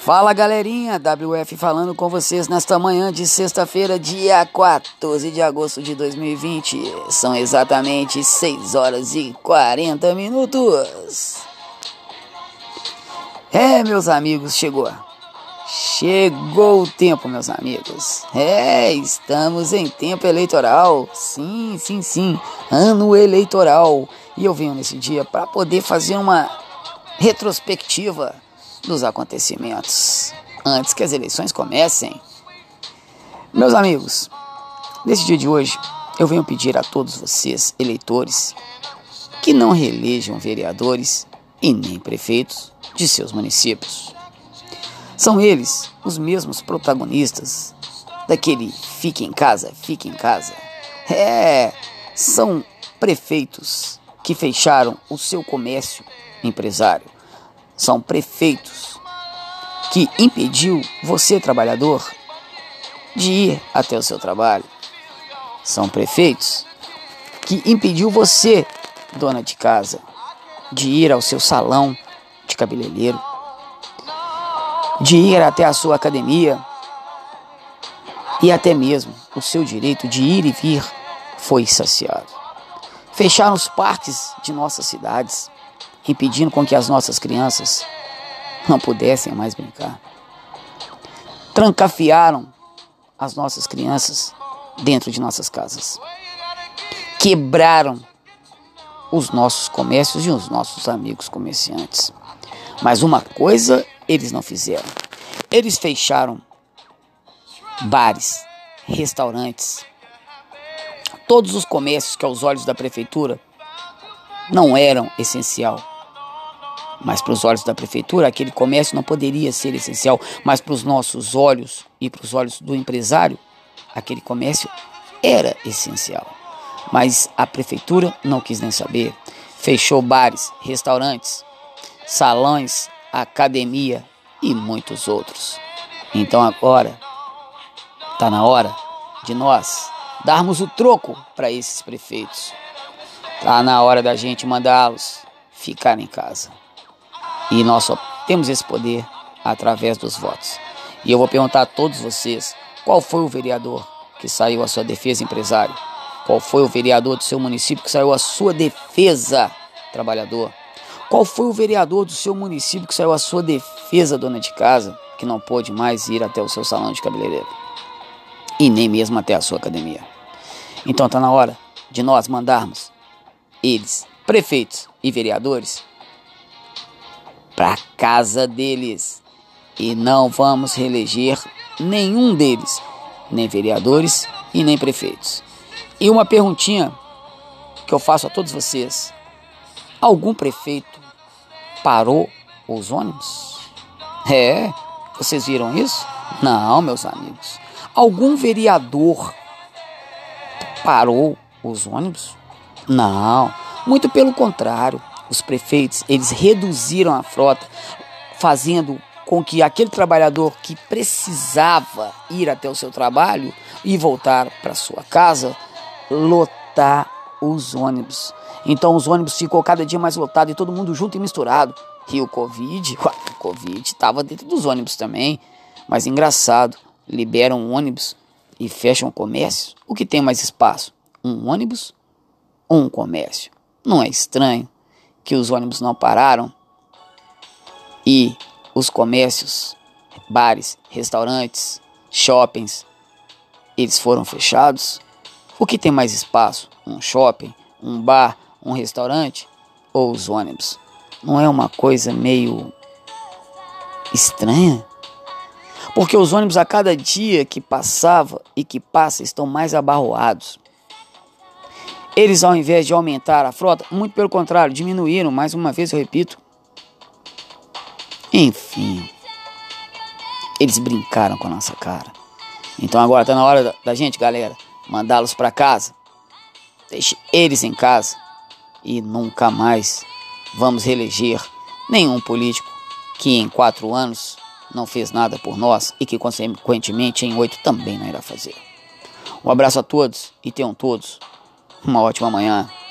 Fala galerinha, WF falando com vocês nesta manhã de sexta-feira, dia 14 de agosto de 2020. São exatamente 6 horas e 40 minutos. Meus amigos, chegou o tempo, meus amigos. Estamos em tempo eleitoral. Sim, ano eleitoral. E eu venho nesse dia para poder fazer uma retrospectiva dos acontecimentos antes que as eleições comecem. Meus amigos, nesse dia de hoje eu venho pedir a todos vocês, eleitores, que não reelejam vereadores e nem prefeitos de seus municípios. São eles os mesmos protagonistas daquele fique em casa, fique em casa. São prefeitos que fecharam o seu comércio empresário. São prefeitos que impediu você, trabalhador, de ir até o seu trabalho. São prefeitos que impediu você, dona de casa, de ir ao seu salão de cabeleireiro, de ir até a sua academia, e até mesmo o seu direito de ir e vir foi saciado. Fecharam os parques de nossas cidades, impedindo com que as nossas crianças não pudessem mais brincar. Trancafiaram as nossas crianças dentro de nossas casas. Quebraram os nossos comércios e os nossos amigos comerciantes. Mas uma coisa eles não fizeram. Eles fecharam bares, restaurantes, todos os comércios que aos olhos da prefeitura não eram essencial. Mas para os olhos da prefeitura, aquele comércio não poderia ser essencial. Mas para os nossos olhos e para os olhos do empresário, aquele comércio era essencial. Mas a prefeitura não quis nem saber. Fechou bares, restaurantes, salões, academia e muitos outros. Então agora está na hora de nós darmos o troco para esses prefeitos. Está na hora da gente mandá-los ficar em casa. E nós só temos esse poder através dos votos. E eu vou perguntar a todos vocês, qual foi o vereador que saiu à sua defesa, empresário? Qual foi o vereador do seu município que saiu à sua defesa, trabalhador? Qual foi o vereador do seu município que saiu à sua defesa, dona de casa, que não pôde mais ir até o seu salão de cabeleireiro? E nem mesmo até a sua academia. Então está na hora de nós mandarmos eles, prefeitos e vereadores, para a casa deles. E não vamos reeleger nenhum deles, nem vereadores e nem prefeitos. E uma perguntinha que eu faço a todos vocês: algum prefeito parou os ônibus? Vocês viram isso? Não, meus amigos. Algum vereador parou os ônibus? Não, muito pelo contrário. Os prefeitos, eles reduziram a frota, fazendo com que aquele trabalhador que precisava ir até o seu trabalho e voltar para sua casa, lotar os ônibus. Então os ônibus ficou cada dia mais lotados e todo mundo junto e misturado. E o Covid estava dentro dos ônibus também. Mas engraçado, liberam um ônibus e fecham o comércio. O que tem mais espaço? Um ônibus ou um comércio? Não é estranho que os ônibus não pararam e os comércios, bares, restaurantes, shoppings, eles foram fechados? O que tem mais espaço? Um shopping, um bar, um restaurante ou os ônibus? Não é uma coisa meio estranha? Porque os ônibus a cada dia que passava e que passa estão mais abarroados. Eles, ao invés de aumentar a frota, muito pelo contrário, diminuíram, mais uma vez eu repito. Enfim, eles brincaram com a nossa cara. Então agora está na hora da gente, galera, mandá-los para casa. Deixe eles em casa e nunca mais vamos reeleger nenhum político que em 4 anos não fez nada por nós e que consequentemente em 8 também não irá fazer. Um abraço a todos e tenham todos uma ótima manhã.